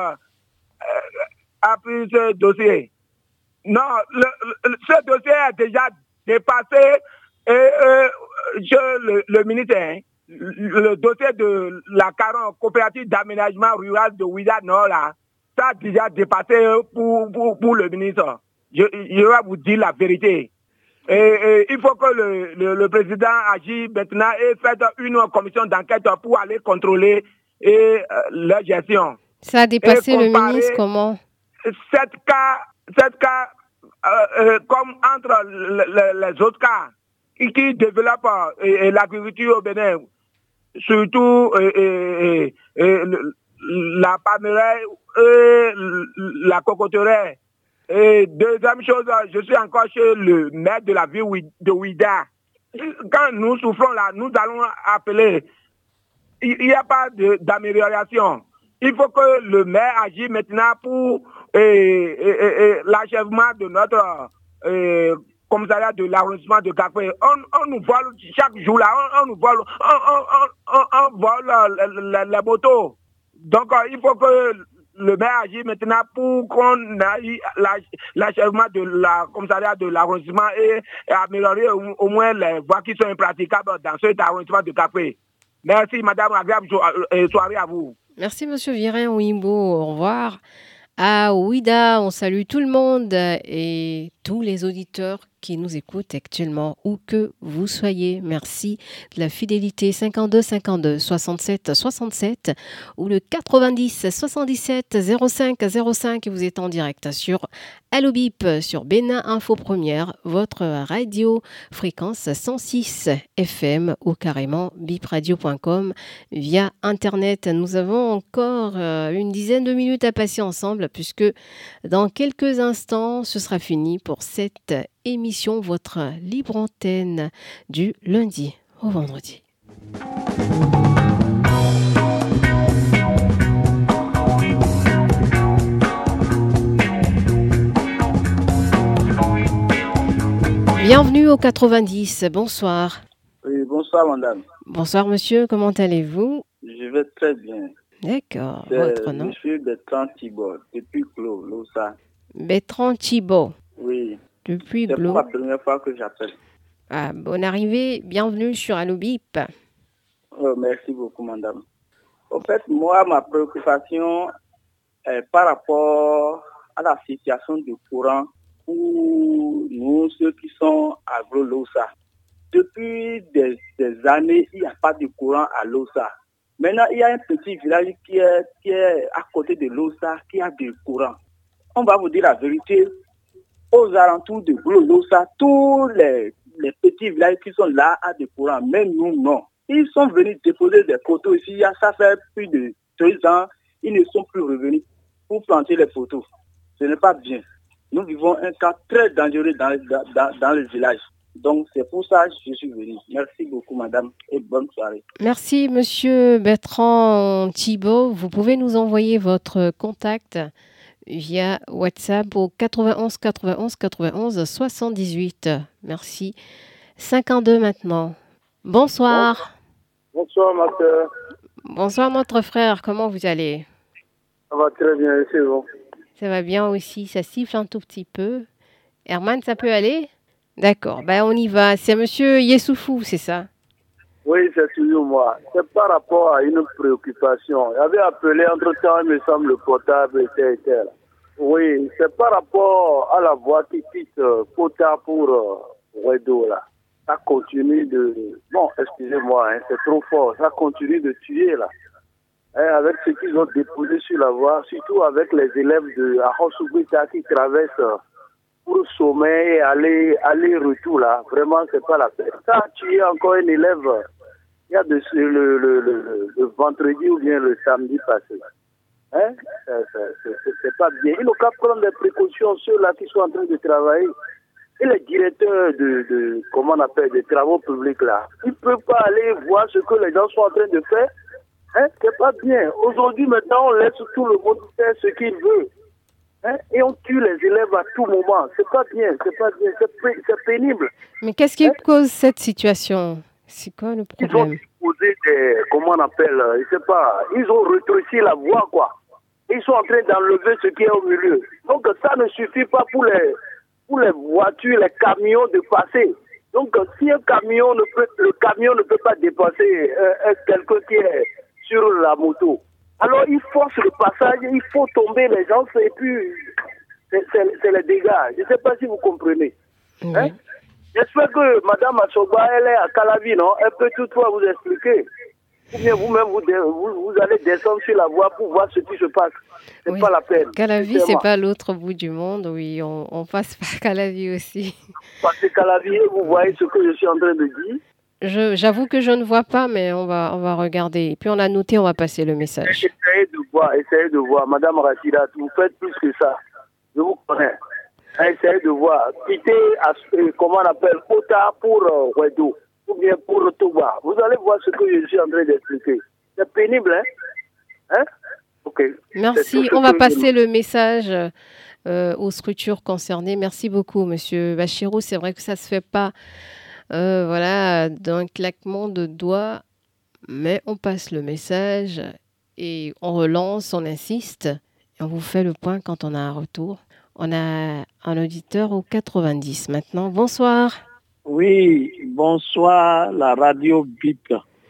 euh, a pris ce dossier. Non, le, le, ce dossier est déjà dépassé et euh, je, le, le ministre, hein, le, le dossier de la Caron, coopérative d'aménagement rural de Ouida Nord, là, ça a déjà dépassé pour, pour, pour le ministre. Je, je vais vous dire la vérité. Et, et il faut que le, le, le président agisse maintenant et fasse une commission d'enquête pour aller contrôler et, euh, leur gestion. Ça a dépassé le ministre comment? Sept cas, sept cas euh, euh, comme entre le, le, les autres cas qui développent euh, l'agriculture au Bénin, surtout euh, euh, euh, la palmeraie et la cocoterie. Et deuxième chose, je suis encore chez le maire de la ville de Ouida. Quand nous souffrons là, nous allons appeler. Il n'y a pas d'amélioration. Il faut que le maire agisse maintenant pour l'achèvement de notre euh, commissariat de l'arrondissement de Café. On, on nous vole chaque jour là, on, on nous vole, on, on, on, on vole les motos. Donc euh, il faut que le maire agisse maintenant pour qu'on ait l'achèvement de la commissariat de l'arrondissement et, et améliorer au, au moins les voies qui sont impraticables dans cet arrondissement de Café. Merci, madame, agréable soirée à vous. Merci, monsieur Virin Ouimbo. Au revoir. À Ouida, on salue tout le monde et tous les auditeurs qui nous écoutent actuellement, où que vous soyez. Merci de la fidélité. cinquante-deux cinquante-deux soixante-sept soixante-sept ou le quatre-vingt-dix soixante-dix-sept zéro cinq zéro cinq. Vous êtes en direct sur Allo Bip, sur Bénin Info Première, votre radio fréquence cent six F M ou carrément bip radio point com via Internet. Nous avons encore euh, une dizaine de minutes à passer ensemble puisque dans quelques instants, ce sera fini pour cette émission, votre libre antenne du lundi au vendredi. Bienvenue au quatre-vingt-dix, bonsoir. Oui, bonsoir madame. Bonsoir monsieur, comment allez-vous? Je vais très bien. D'accord, C'est votre nom? Monsieur Bertrand Thibault, depuis Glo, Losa. Bertrand Thibault. Oui. Depuis C'est Glo. pas la première fois que j'appelle. Ah, bonne arrivée, bienvenue sur Allo Bip. Oh, merci beaucoup madame. En fait, moi, ma préoccupation est par rapport à la situation du courant pour nous, ceux qui sont à Glo, Losa. Depuis des, des années, il n'y a pas de courant à Losa. Maintenant, il y a un petit village qui est, qui est à côté de Losa qui a du courant. On va vous dire la vérité, aux alentours de Glo-Losa, tous les, les petits villages qui sont là ont du courant, même nous, non. Ils sont venus déposer des photos ici, ça fait plus de deux ans, ils ne sont plus revenus pour planter les photos. Ce n'est pas bien. Nous vivons un cas très dangereux dans, dans, dans le village. Donc, c'est pour ça que je suis venu. Merci beaucoup, madame, et bonne soirée. Merci, monsieur Bertrand Thibault. Vous pouvez nous envoyer votre contact via WhatsApp au quatre-vingt-onze quatre-vingt-onze quatre-vingt-onze soixante-dix-huit. Merci. cinquante-deux maintenant. Bonsoir. Bonsoir, ma soeur. Bonsoir, notre frère. Comment vous allez? Ça va très bien, c'est bon. Ça va bien aussi. Ça siffle un tout petit peu. Herman, ça peut aller? D'accord, ben on y va. C'est monsieur Yessoufou, c'est ça? Oui, c'est toujours moi. C'est par rapport à une préoccupation. J'avais appelé entre-temps, il me semble, le portable était éteint. Oui, c'est par rapport à la voie qui quitte euh, Kota pour euh, Wedo, là. Ça continue de... Bon, excusez-moi, hein, c'est trop fort. Ça continue de tuer, là. Hein, avec ce qu'ils ont déposé sur la voie, surtout avec les élèves de Ahosubita qui traversent... Euh, pour sommet et aller, aller retour là, vraiment c'est pas la peine. Ça tu es encore un élève, il y a de, le, le, le, le vendredi ou bien le samedi passé. Hein? C'est pas bien. Il n'ont qu'à prendre des précautions, ceux-là qui sont en train de travailler. Et les directeurs de, de comment on appelle, des travaux publics là, ils ne peuvent pas aller voir ce que les gens sont en train de faire. Hein? C'est pas bien. Aujourd'hui maintenant on laisse tout le monde faire ce qu'il veut. Hein? Et on tue les élèves à tout moment. C'est pas bien, c'est pas bien, c'est pénible. Mais qu'est-ce qui hein? cause cette situation? C'est quoi le problème? Ils ont posé des, comment on appelle, je sais pas, ils ont rétréci la voie, quoi. Ils sont en train d'enlever ce qui est au milieu. Donc ça ne suffit pas pour les, pour les voitures, les camions de passer. Donc si un camion ne peut, le camion ne peut pas dépasser euh, quelqu'un qui est sur la moto, alors il force le passage, il faut tomber les gens et puis c'est les dégâts. Je ne sais pas si vous comprenez. Mmh. Hein? J'espère que Mme Assoba, elle est à Calavi, non? Elle peut toutefois vous expliquer. Ou bien vous-même, vous, vous, vous allez descendre sur la voie pour voir ce qui se passe. C'est oui. pas la peine. Calavi, c'est pas l'autre bout du monde. Oui, on, on passe par Calavi aussi. Passez Calavi, vous voyez ce que je suis en train de dire? J'avoue que je ne vois pas, mais on va, on va regarder. Et puis on a noté, on va passer le message. Essayez de voir, essayez de voir. Madame Rachida, vous faites plus que ça. Je vous connais. Essayez de voir. Quittez, comment on appelle, Kota pour euh, Wedo, ou bien pour Toba. Vous allez voir ce que je suis en train d'expliquer. C'est pénible, hein? Hein? Ok. Merci. On va passer le message euh, aux structures concernées. Merci beaucoup, Monsieur Bachirou. C'est vrai que ça ne se fait pas. Euh, voilà, d'un claquement de doigts, mais on passe le message et on relance, on insiste et on vous fait le point quand on a un retour. On a un auditeur au quatre-vingt-dix maintenant. Bonsoir. Oui, bonsoir, la radio Bip.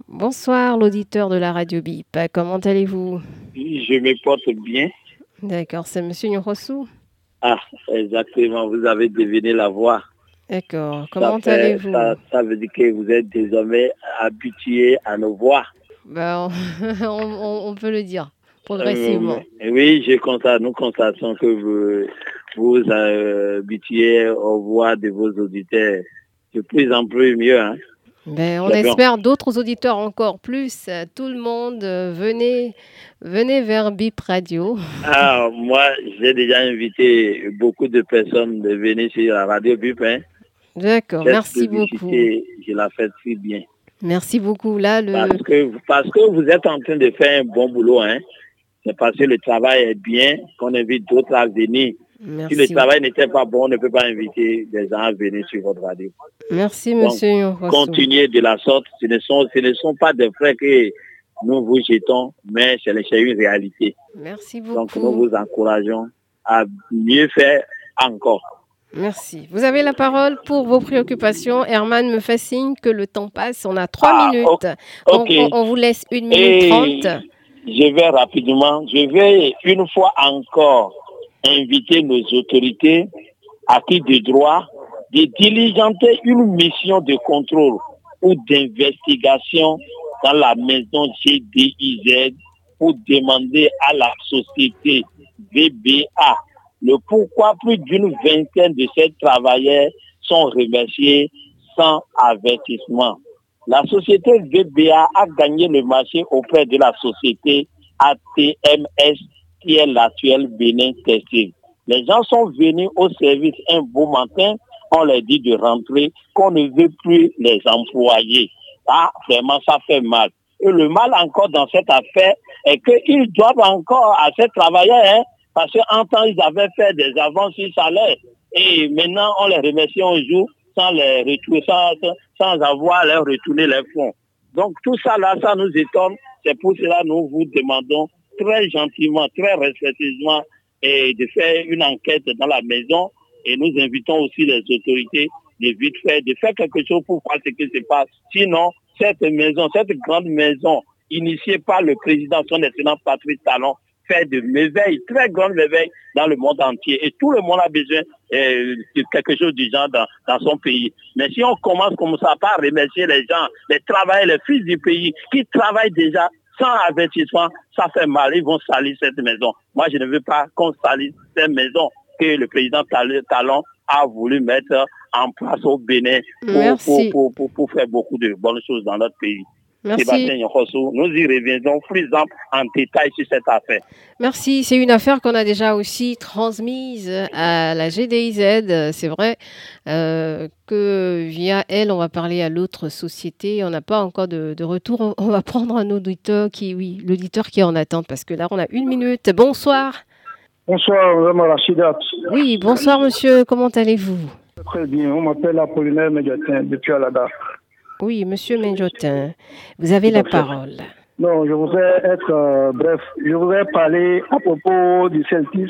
Bonsoir, l'auditeur de la radio B I P. Comment allez-vous? Je me porte bien. D'accord, c'est Monsieur Nyorossou. Ah, exactement, vous avez deviné la voix. D'accord, comment ça fait, allez-vous? ça, ça veut dire que vous êtes désormais habitué à nos voix. Ben, on, on, on peut le dire, progressivement. Euh, oui, je constate, nous constatons que vous vous euh, habituez aux voix de vos auditeurs de plus en plus mieux. Hein. Ben, on espère d'autres auditeurs encore plus. Tout le monde, euh, venez, venez vers B I P Radio. Ah, moi, j'ai déjà invité beaucoup de personnes de venir sur la radio B I P. Hein. D'accord, Cette merci beaucoup. Je la fais très bien. Merci beaucoup. Là, le... parce, que, parce que vous êtes en train de faire un bon boulot. Hein. C'est parce que le travail est bien qu'on invite d'autres à venir. Merci. Si le travail n'était pas bon, on ne peut pas inviter des gens à venir sur votre radio. Merci, monsieur. Donc, continuez de la sorte. Ce ne sont, ce ne sont pas des frais que nous vous jetons, mais c'est une réalité. Merci beaucoup. Donc, nous vous encourageons à mieux faire encore. Merci. Vous avez la parole pour vos préoccupations. Herman me fait signe que le temps passe. On a trois ah, minutes. Okay. Donc, on, on vous laisse une minute trente. Je vais rapidement. Je vais une fois encore inviter nos autorités acquises de droit de diligenter une mission de contrôle ou d'investigation dans la maison G D I Z pour demander à la société V B A le pourquoi plus d'une vingtaine de ces travailleurs sont remerciés sans avertissement. La société V B A a gagné le marché auprès de la société A T M S qui est l'actuel Bénin Textile. Les gens sont venus au service un beau matin, on leur dit de rentrer, qu'on ne veut plus les employer. Ah, vraiment, ça fait mal. Et le mal encore dans cette affaire est qu'ils doivent encore à ces travailleurs, hein, parce qu'en temps, ils avaient fait des avances sur salaire. Et maintenant, on les remercie un jour sans les retourner, sans, sans avoir à leur retourner les fonds. Donc, tout ça là, ça nous étonne. C'est pour cela que nous vous demandons très gentiment, très respectueusement, et de faire une enquête dans la maison. Et nous invitons aussi les autorités de vite faire, de faire quelque chose pour voir ce qui se passe. Sinon, cette maison, cette grande maison, initiée par le président, son excellent Patrice Talon, fait de merveilles, très grandes merveilles dans le monde entier. Et tout le monde a besoin euh, de quelque chose du genre dans, dans son pays. Mais si on commence comme ça, par remercier les gens, les travailleurs, les fils du pays, qui travaillent déjà sans avertissement, ça fait mal. Ils vont salir cette maison. Moi, je ne veux pas qu'on salisse cette maison que le président Talon a voulu mettre en place au Bénin pour, pour, pour, pour, pour faire beaucoup de bonnes choses dans notre pays. Merci. Sébastien Nyorossou, nous y reviendrons plus en détail sur cette affaire. Merci. C'est une affaire qu'on a déjà aussi transmise à la G D I Z. C'est vrai euh, que via elle, on va parler à l'autre société. On n'a pas encore de, de retour. On va prendre un auditeur qui, oui, l'auditeur qui est en attente parce que là, on a une minute. Bonsoir. Bonsoir, Mme Rachida. Oui, bonsoir, monsieur. Comment allez-vous? Très bien. On m'appelle Apollinaire Médiatin depuis Alada. Oui, monsieur Médiotin, vous avez la parole. Non, je voudrais être euh, bref. Je voudrais parler à propos du Celtis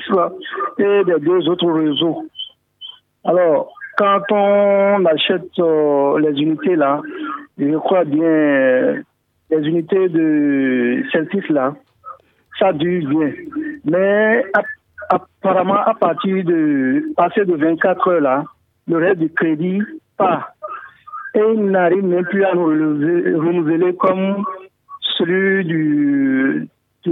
et des deux autres réseaux. Alors, quand on achète euh, les unités là, je crois bien, les unités de Celtis là, ça dure bien. Mais apparemment, à partir de passer de vingt-quatre heures là, le reste du crédit part. Et il n'arrive même plus à nous renouveler comme celui du,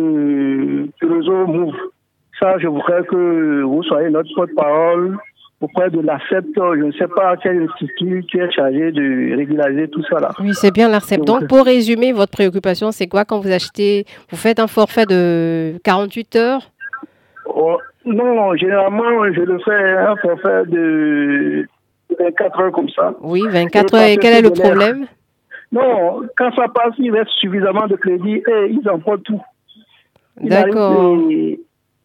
du, du réseau Move. Ça, je voudrais que vous soyez notre porte-parole auprès de l'A C E P. Je ne sais pas quel institut qui est chargé de régulariser tout ça là. Oui, c'est bien l'A C E P. Donc, pour résumer, votre préoccupation, c'est quoi quand vous achetez, vous faites un forfait de quarante-huit heures? Oh, non, généralement, je le fais un forfait de vingt-quatre heures comme ça. Oui, vingt-quatre heures. Et quel est le problème? Non, quand ça passe, il reste suffisamment de crédit et ils emportent tout. D'accord. Et,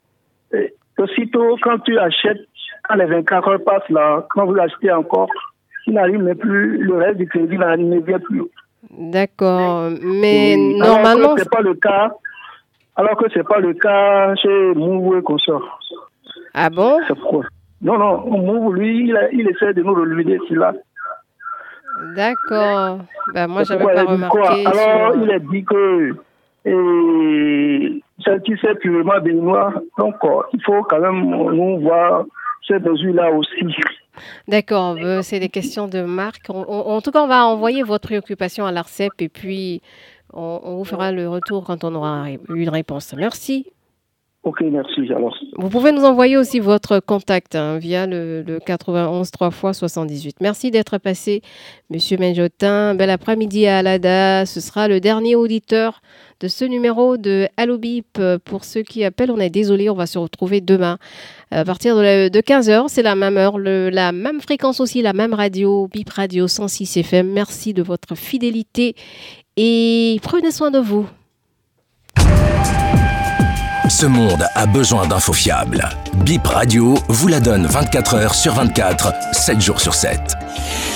et aussitôt, quand tu achètes, quand les vingt-quatre heures passent là, quand vous achetez encore, il n'arrive même plus, le reste du crédit là, ne vient plus. D'accord, mais et, normalement... Alors que c'est pas le cas, alors que c'est pas le cas chez Mouveau et Consort. Ah bon? C'est pourquoi. Non, non, Mouveau, lui, il, a, il essaie de nous relever celui-là. D'accord. Ben, moi, C'est j'avais pourquoi pas il a dit quoi? remarqué. Alors, sur- il a dit que et, celle-ci c'est purement béninois. Donc, euh, il faut quand même nous voir ces mesures-là aussi. D'accord, euh, c'est des questions de marque. On- on- en tout cas, on va envoyer votre préoccupation à l'ARCEP et puis on, on vous fera le retour quand on aura ré- eu une réponse. Merci. Ok, merci. Alors. Vous pouvez nous envoyer aussi votre contact hein, via le, le quatre-vingt-onze trois fois soixante-dix-huit. Merci d'être passé, Monsieur Menjotin. Bel après-midi à Alada. Ce sera le dernier auditeur de ce numéro de Allo Bip. Pour ceux qui appellent, on est désolé, on va se retrouver demain à partir de, la- de quinze heures. C'est la même heure, le- la même fréquence aussi, la même radio, Bip Radio cent six F M. Merci de votre fidélité et prenez soin de vous. Ce monde a besoin d'infos fiables. Bip Radio vous la donne vingt-quatre heures sur vingt-quatre, sept jours sur sept.